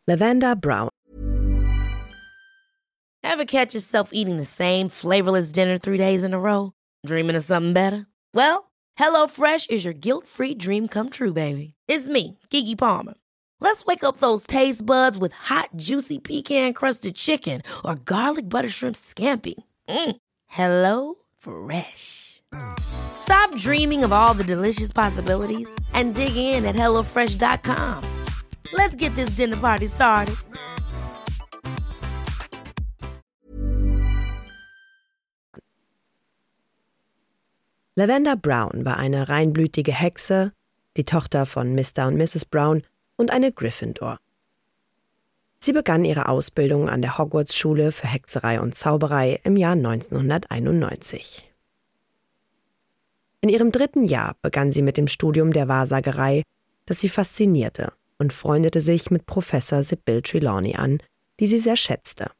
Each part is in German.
Lavender Brown. Ever catch yourself eating the same flavorless dinner 3 days in a row? Dreaming of something better? Well, HelloFresh is your guilt-free dream come true, baby. It's me, Keke Palmer. Let's wake up those taste buds with hot, juicy pecan-crusted chicken or garlic butter shrimp scampi. Hello Fresh. Stop dreaming of all the delicious possibilities and dig in at HelloFresh.com. Let's get this dinner party started. Lavender Brown war eine reinblütige Hexe, die Tochter von Mr. und Mrs. Brown und eine Gryffindor. Sie begann ihre Ausbildung an der Hogwarts-Schule für Hexerei und Zauberei im Jahr 1991. In ihrem 3. Jahr begann sie mit dem Studium der Wahrsagerei, das sie faszinierte, und freundete sich mit Professor Sybil Trelawney an, die sie sehr schätzte.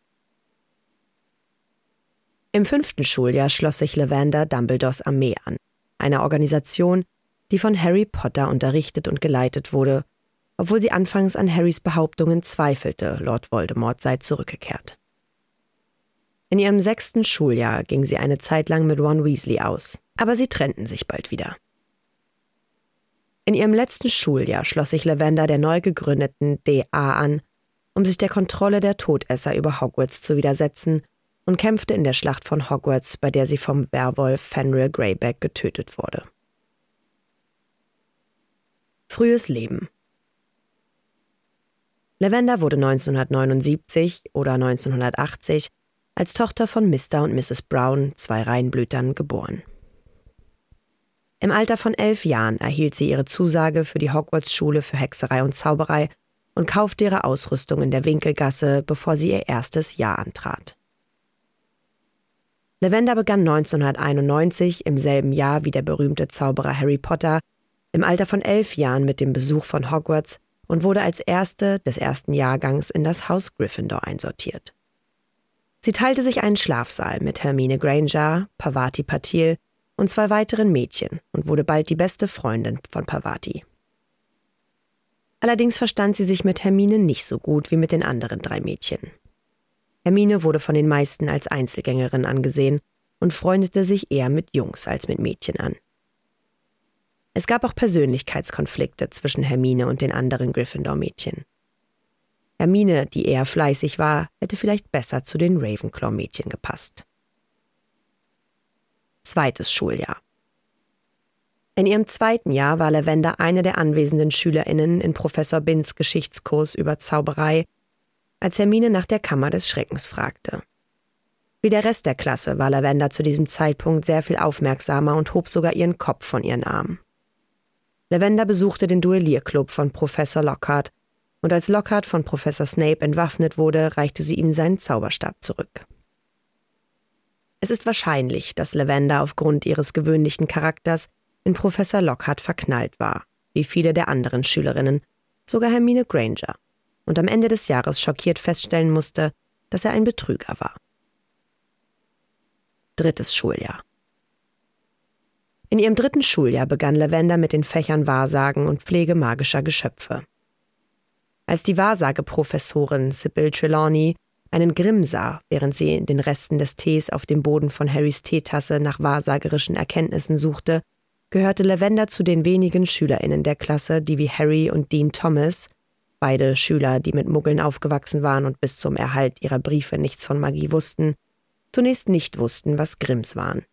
Im 5. Schuljahr schloss sich Lavender Dumbledores Armee an, einer Organisation, die von Harry Potter unterrichtet und geleitet wurde, obwohl sie anfangs an Harrys Behauptungen zweifelte, Lord Voldemort sei zurückgekehrt. In ihrem 6. Schuljahr ging sie eine Zeit lang mit Ron Weasley aus, aber sie trennten sich bald wieder. In ihrem letzten Schuljahr schloss sich Lavender der neu gegründeten DA an, um sich der Kontrolle der Todesser über Hogwarts zu widersetzen, und kämpfte in der Schlacht von Hogwarts, bei der sie vom Werwolf Fenrir Greyback getötet wurde. Frühes Leben. Lavender wurde 1979 oder 1980 als Tochter von Mr. und Mrs. Brown, 2 Reinblütern, geboren. Im Alter von 11 Jahren erhielt sie ihre Zusage für die Hogwarts-Schule für Hexerei und Zauberei und kaufte ihre Ausrüstung in der Winkelgasse, bevor sie ihr erstes Jahr antrat. Lavender begann 1991, im selben Jahr wie der berühmte Zauberer Harry Potter, im Alter von 11 Jahren mit dem Besuch von Hogwarts und wurde als Erste des ersten Jahrgangs in das Haus Gryffindor einsortiert. Sie teilte sich einen Schlafsaal mit Hermine Granger, Parvati Patil und 2 weiteren Mädchen und wurde bald die beste Freundin von Parvati. Allerdings verstand sie sich mit Hermine nicht so gut wie mit den anderen 3 Mädchen. Hermine wurde von den meisten als Einzelgängerin angesehen und freundete sich eher mit Jungs als mit Mädchen an. Es gab auch Persönlichkeitskonflikte zwischen Hermine und den anderen Gryffindor-Mädchen. Hermine, die eher fleißig war, hätte vielleicht besser zu den Ravenclaw-Mädchen gepasst. 2. Schuljahr. In ihrem 2. Jahr war Lavender eine der anwesenden SchülerInnen in Professor Binns Geschichtskurs über Zauberei, als Hermine nach der Kammer des Schreckens fragte. Wie der Rest der Klasse war Lavender zu diesem Zeitpunkt sehr viel aufmerksamer und hob sogar ihren Kopf von ihren Armen. Lavender besuchte den Duellierclub von Professor Lockhart, und als Lockhart von Professor Snape entwaffnet wurde, reichte sie ihm seinen Zauberstab zurück. Es ist wahrscheinlich, dass Lavender aufgrund ihres gewöhnlichen Charakters in Professor Lockhart verknallt war, wie viele der anderen Schülerinnen, sogar Hermine Granger, und am Ende des Jahres schockiert feststellen musste, dass er ein Betrüger war. 3. Schuljahr. In ihrem 3. Schuljahr begann Lavender mit den Fächern Wahrsagen und Pflege magischer Geschöpfe. Als die Wahrsageprofessorin Sybil Trelawney einen Grimm sah, während sie in den Resten des Tees auf dem Boden von Harrys Teetasse nach wahrsagerischen Erkenntnissen suchte, gehörte Lavender zu den wenigen SchülerInnen der Klasse, die wie Harry und Dean Thomas, beide Schüler, die mit Muggeln aufgewachsen waren und bis zum Erhalt ihrer Briefe nichts von Magie wussten, zunächst nicht wussten, was Grimms waren.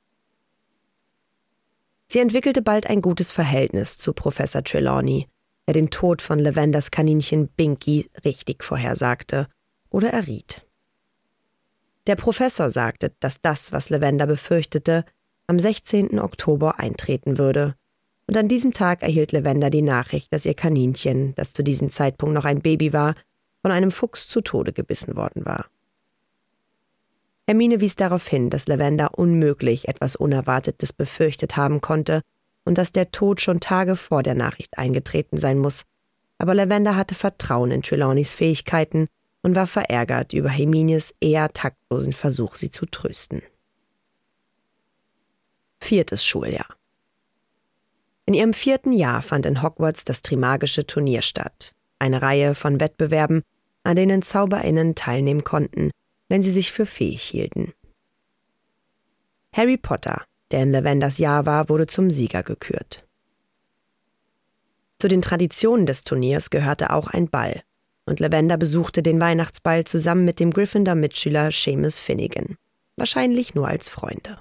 Sie entwickelte bald ein gutes Verhältnis zu Professor Trelawney, der den Tod von Lavenders Kaninchen Binky richtig vorhersagte oder erriet. Der Professor sagte, dass das, was Lavender befürchtete, am 16. Oktober eintreten würde, und an diesem Tag erhielt Lavender die Nachricht, dass ihr Kaninchen, das zu diesem Zeitpunkt noch ein Baby war, von einem Fuchs zu Tode gebissen worden war. Hermine wies darauf hin, dass Lavender unmöglich etwas Unerwartetes befürchtet haben konnte und dass der Tod schon Tage vor der Nachricht eingetreten sein muss, aber Lavender hatte Vertrauen in Trelawneys Fähigkeiten und war verärgert über Hermines eher taktlosen Versuch, sie zu trösten. 4. Schuljahr. In ihrem 4. Jahr fand in Hogwarts das Trimagische Turnier statt. eine Reihe von Wettbewerben, an denen ZauberInnen teilnehmen konnten, wenn sie sich für fähig hielten. Harry Potter, der in Lavenders Jahr war, wurde zum Sieger gekürt. Zu den Traditionen des Turniers gehörte auch ein Ball, und Lavender besuchte den Weihnachtsball zusammen mit dem Gryffindor-Mitschüler Seamus Finnegan, wahrscheinlich nur als Freunde.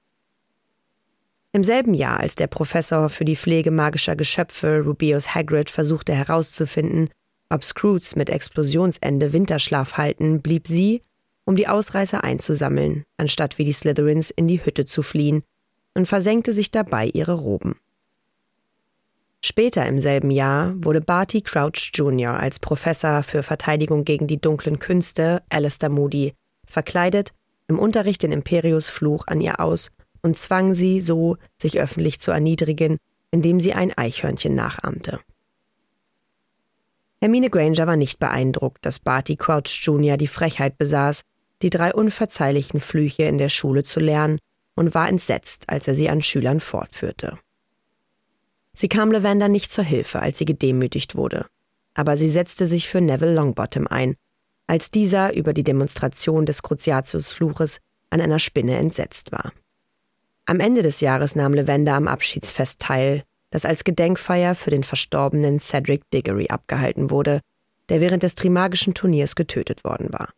Im selben Jahr, als der Professor für die Pflege magischer Geschöpfe Rubeus Hagrid versuchte herauszufinden, ob Scroots mit Explosionsende Winterschlaf halten, blieb sie, um die Ausreißer einzusammeln, anstatt wie die Slytherins in die Hütte zu fliehen, und versenkte sich dabei ihre Roben. Später im selben Jahr wurde Barty Crouch Jr. als Professor für Verteidigung gegen die dunklen Künste, Alastor Moody, verkleidet, im Unterricht den Imperius-Fluch an ihr aus und zwang sie so, sich öffentlich zu erniedrigen, indem sie ein Eichhörnchen nachahmte. Hermine Granger war nicht beeindruckt, dass Barty Crouch Jr. die Frechheit besaß, die 3 unverzeihlichen Flüche in der Schule zu lernen, und war entsetzt, als er sie an Schülern fortführte. Sie kam Lavender nicht zur Hilfe, als sie gedemütigt wurde, aber sie setzte sich für Neville Longbottom ein, als dieser über die Demonstration des Cruciatus-Fluches an einer Spinne entsetzt war. Am Ende des Jahres nahm Lavender am Abschiedsfest teil, das als Gedenkfeier für den verstorbenen Cedric Diggory abgehalten wurde, der während des Trimagischen Turniers getötet worden war.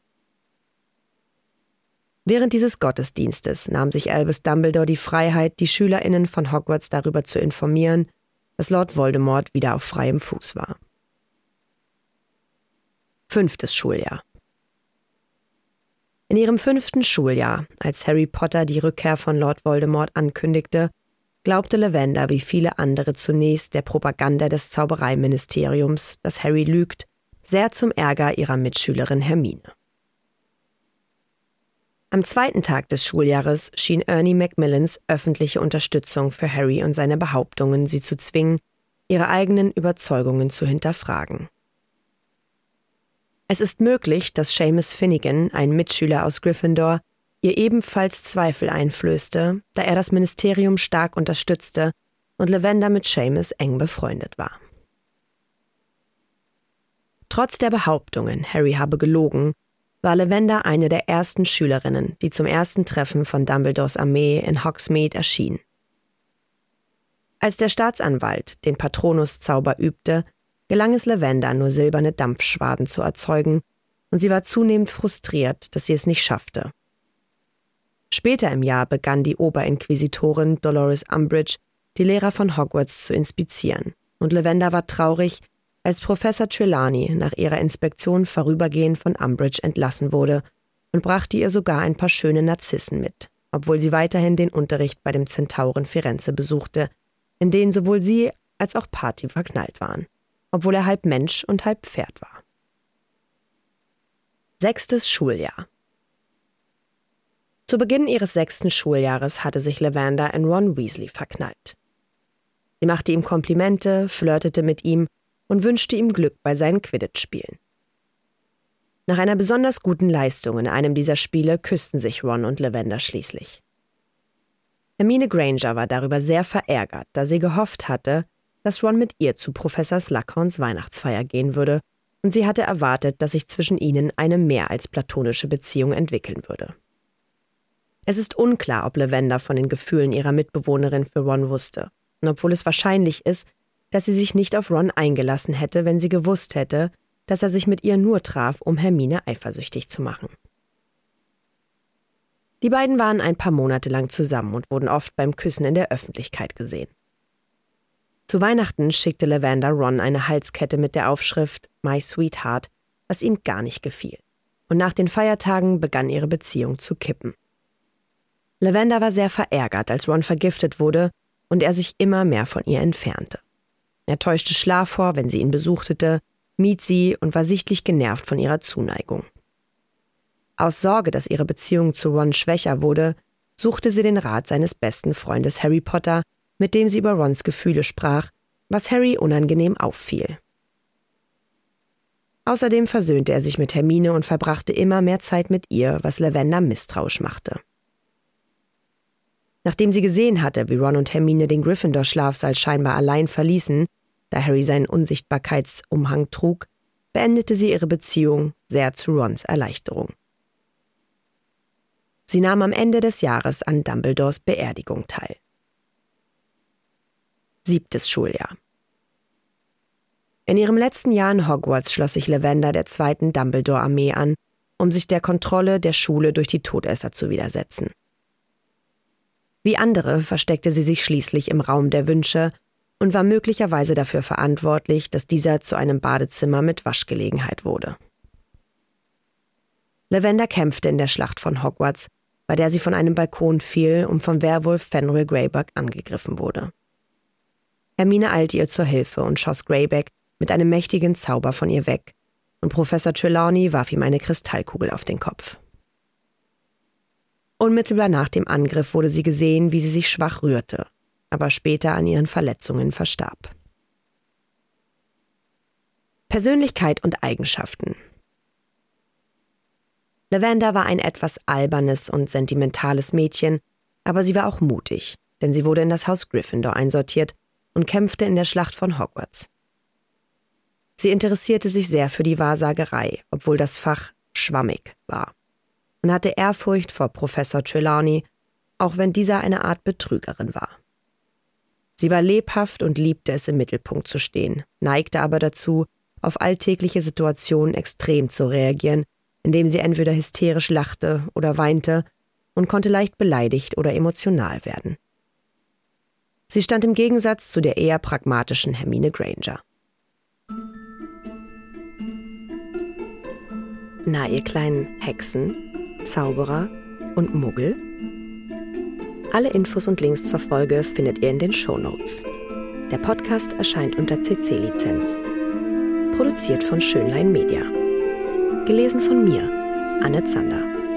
Während dieses Gottesdienstes nahm sich Albus Dumbledore die Freiheit, die SchülerInnen von Hogwarts darüber zu informieren, dass Lord Voldemort wieder auf freiem Fuß war. 5. Schuljahr. In ihrem 5. Schuljahr, als Harry Potter die Rückkehr von Lord Voldemort ankündigte, glaubte Lavender wie viele andere zunächst der Propaganda des Zaubereiministeriums, dass Harry lügt, sehr zum Ärger ihrer Mitschülerin Hermine. Am 2. Tag des Schuljahres schien Ernie Macmillans öffentliche Unterstützung für Harry und seine Behauptungen, sie zu zwingen, ihre eigenen Überzeugungen zu hinterfragen. Es ist möglich, dass Seamus Finnegan, ein Mitschüler aus Gryffindor, ihr ebenfalls Zweifel einflößte, da er das Ministerium stark unterstützte und Lavender mit Seamus eng befreundet war. Trotz der Behauptungen, Harry habe gelogen, war Lavender eine der ersten Schülerinnen, die zum ersten Treffen von Dumbledores Armee in Hogsmeade erschien. Als der Staatsanwalt den Patronus-Zauber übte, gelang es Lavender, nur silberne Dampfschwaden zu erzeugen, und sie war zunehmend frustriert, dass sie es nicht schaffte. Später im Jahr begann die Oberinquisitorin Dolores Umbridge, die Lehrer von Hogwarts zu inspizieren, und Lavender war traurig, als Professor Trelawney nach ihrer Inspektion vorübergehend von Umbridge entlassen wurde und brachte ihr sogar ein paar schöne Narzissen mit, obwohl sie weiterhin den Unterricht bei dem Zentauren Firenze besuchte, in den sowohl sie als auch Patty verknallt waren, obwohl er halb Mensch und halb Pferd war. 6. Schuljahr. Zu Beginn ihres 6. Schuljahres hatte sich Lavender in Ron Weasley verknallt. Sie machte ihm Komplimente, flirtete mit ihm und wünschte ihm Glück bei seinen Quidditch-Spielen. Nach einer besonders guten Leistung in einem dieser Spiele küssten sich Ron und Lavender schließlich. Hermine Granger war darüber sehr verärgert, da sie gehofft hatte, dass Ron mit ihr zu Professor Slughorns Weihnachtsfeier gehen würde, und sie hatte erwartet, dass sich zwischen ihnen eine mehr als platonische Beziehung entwickeln würde. Es ist unklar, ob Lavender von den Gefühlen ihrer Mitbewohnerin für Ron wusste, und obwohl es wahrscheinlich ist, dass sie sich nicht auf Ron eingelassen hätte, wenn sie gewusst hätte, dass er sich mit ihr nur traf, um Hermine eifersüchtig zu machen. Die beiden waren ein paar Monate lang zusammen und wurden oft beim Küssen in der Öffentlichkeit gesehen. Zu Weihnachten schickte Lavender Ron eine Halskette mit der Aufschrift My Sweetheart, was ihm gar nicht gefiel. Und nach den Feiertagen begann ihre Beziehung zu kippen. Lavender war sehr verärgert, als Ron vergiftet wurde und er sich immer mehr von ihr entfernte. Er täuschte Schlaf vor, wenn sie ihn besuchte, mied sie und war sichtlich genervt von ihrer Zuneigung. Aus Sorge, dass ihre Beziehung zu Ron schwächer wurde, suchte sie den Rat seines besten Freundes Harry Potter, mit dem sie über Rons Gefühle sprach, was Harry unangenehm auffiel. Außerdem versöhnte er sich mit Hermine und verbrachte immer mehr Zeit mit ihr, was Lavender misstrauisch machte. Nachdem sie gesehen hatte, wie Ron und Hermine den Gryffindor-Schlafsaal scheinbar allein verließen, da Harry seinen Unsichtbarkeitsumhang trug, beendete sie ihre Beziehung, sehr zu Rons Erleichterung. Sie nahm am Ende des Jahres an Dumbledores Beerdigung teil. 7. Schuljahr. In ihrem letzten Jahr in Hogwarts schloss sich Lavender der 2. Dumbledore-Armee an, um sich der Kontrolle der Schule durch die Todesser zu widersetzen. Wie andere versteckte sie sich schließlich im Raum der Wünsche und war möglicherweise dafür verantwortlich, dass dieser zu einem Badezimmer mit Waschgelegenheit wurde. Lavender kämpfte in der Schlacht von Hogwarts, bei der sie von einem Balkon fiel und vom Werwolf Fenrir Greyback angegriffen wurde. Hermine eilte ihr zur Hilfe und schoss Greyback mit einem mächtigen Zauber von ihr weg, und Professor Trelawney warf ihm eine Kristallkugel auf den Kopf. Unmittelbar nach dem Angriff wurde sie gesehen, wie sie sich schwach rührte, aber später an ihren Verletzungen verstarb. Persönlichkeit und Eigenschaften. Lavender war ein etwas albernes und sentimentales Mädchen, aber sie war auch mutig, denn sie wurde in das Haus Gryffindor einsortiert und kämpfte in der Schlacht von Hogwarts. Sie interessierte sich sehr für die Wahrsagerei, obwohl das Fach schwammig war, und hatte Ehrfurcht vor Professor Trelawney, auch wenn dieser eine Art Betrügerin war. Sie war lebhaft und liebte es, im Mittelpunkt zu stehen, neigte aber dazu, auf alltägliche Situationen extrem zu reagieren, indem sie entweder hysterisch lachte oder weinte, und konnte leicht beleidigt oder emotional werden. Sie stand im Gegensatz zu der eher pragmatischen Hermine Granger. Na, ihr kleinen Hexen, Zauberer und Muggel? Alle Infos und Links zur Folge findet ihr in den Shownotes. Der Podcast erscheint unter CC-Lizenz. Produziert von Schönlein Media. Gelesen von mir, Anne Zander.